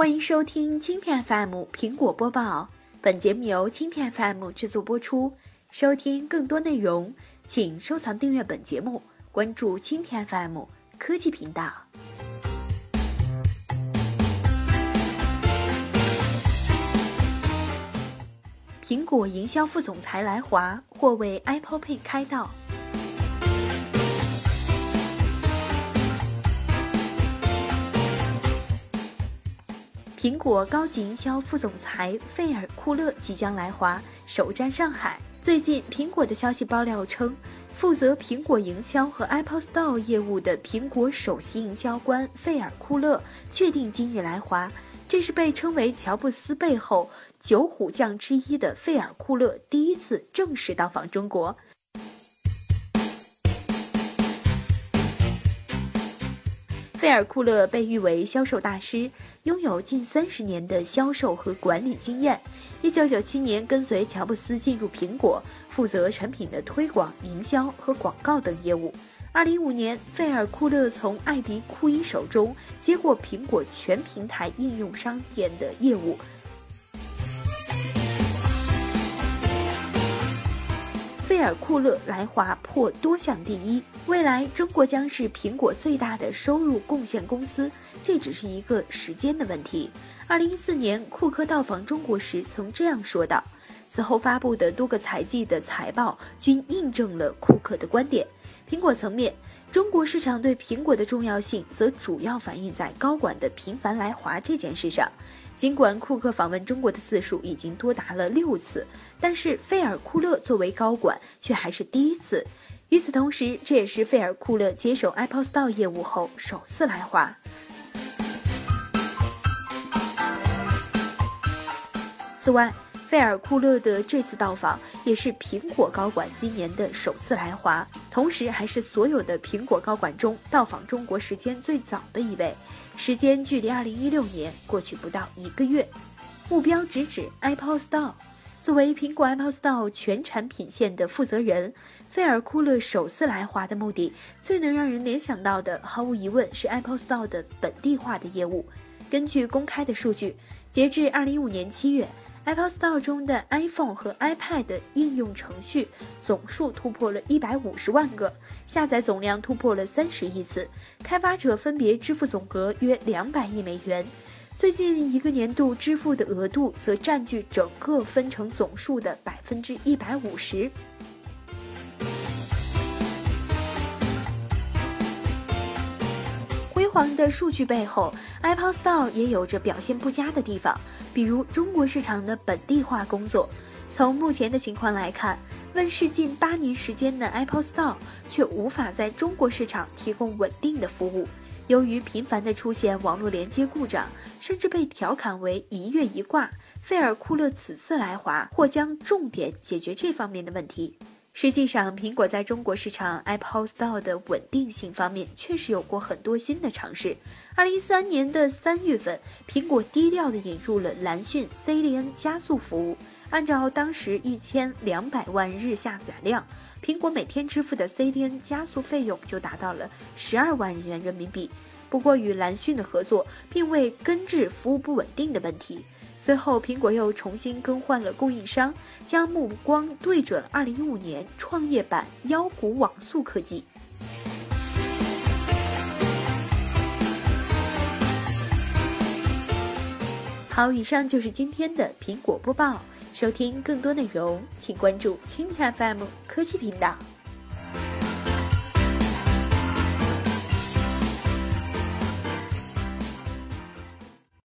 欢迎收听蜻蜓 FM 苹果播报，本节目由蜻蜓 FM 制作播出。收听更多内容，请收藏订阅本节目，关注蜻蜓 FM 科技频道。苹果营销副总裁来华，或为 Apple Pay 开道。苹果高级营销副总裁费尔·库勒即将来华，首站上海。最近，苹果的消息爆料称，负责苹果营销和 Apple Store 业务的苹果首席营销官费尔·库勒确定今日来华。这是被称为乔布斯背后9虎将之一的费尔·库勒第一次正式到访中国。费尔·库勒被誉为销售大师，拥有近30年的销售和管理经验。1997年跟随乔布斯进入苹果，负责产品的推广、营销和广告等业务。2015年，费尔·库勒从艾迪·库伊手中接过苹果全平台应用商店的业务。费尔·库勒来华破多项第一，未来中国将是苹果最大的收入贡献公司，这只是一个时间的问题。2014年，库克到访中国时曾这样说道。此后发布的多个财季的财报均印证了库克的观点。苹果层面，中国市场对苹果的重要性则主要反映在高管的频繁来华这件事上。尽管库克访问中国的次数已经多达了6次，但是费尔·库勒作为高管却还是第一次。与此同时，这也是费尔·库勒接手 Apple Store 业务后首次来华。此外，费尔·库勒的这次到访也是苹果高管今年的首次来华，同时还是所有的苹果高管中到访中国时间最早的一位，时间距离2016年过去不到1个月。目标直指 Apple Store。作为苹果 Apple Store 全产品线的负责人，费尔·库勒首次来华的目的，最能让人联想到的，毫无疑问是 Apple Store 的本地化的业务。根据公开的数据，截至2015年7月，Apple Store 中的 iPhone 和 iPad 应用程序总数突破了150万个，下载总量突破了30亿次，开发者分别支付总额约200亿美元。最近一个年度支付的额度则占据整个分成总数的150%。辉煌的数据背后， Apple Store 也有着表现不佳的地方，比如中国市场的本地化工作。从目前的情况来看，问世近8年时间的 Apple Store 却无法在中国市场提供稳定的服务。由于频繁地出现网络连接故障，甚至被调侃为1月1挂，费尔·库勒此次来华或将重点解决这方面的问题。实际上，苹果在中国市场 Apple Store 的稳定性方面确实有过很多新的尝试。2013年的3月份，苹果低调地引入了蓝讯 CDN 加速服务。按照当时1200万日下载量，苹果每天支付的 CDN 加速费用就达到了12万元人民币。不过，与蓝讯的合作并未根治服务不稳定的问题。随后，苹果又重新更换了供应商，将目光对准2015年创业板妖股网速科技。好，以上就是今天的苹果播报。收听更多内容，请关注蜻蜓 FM 科技频道。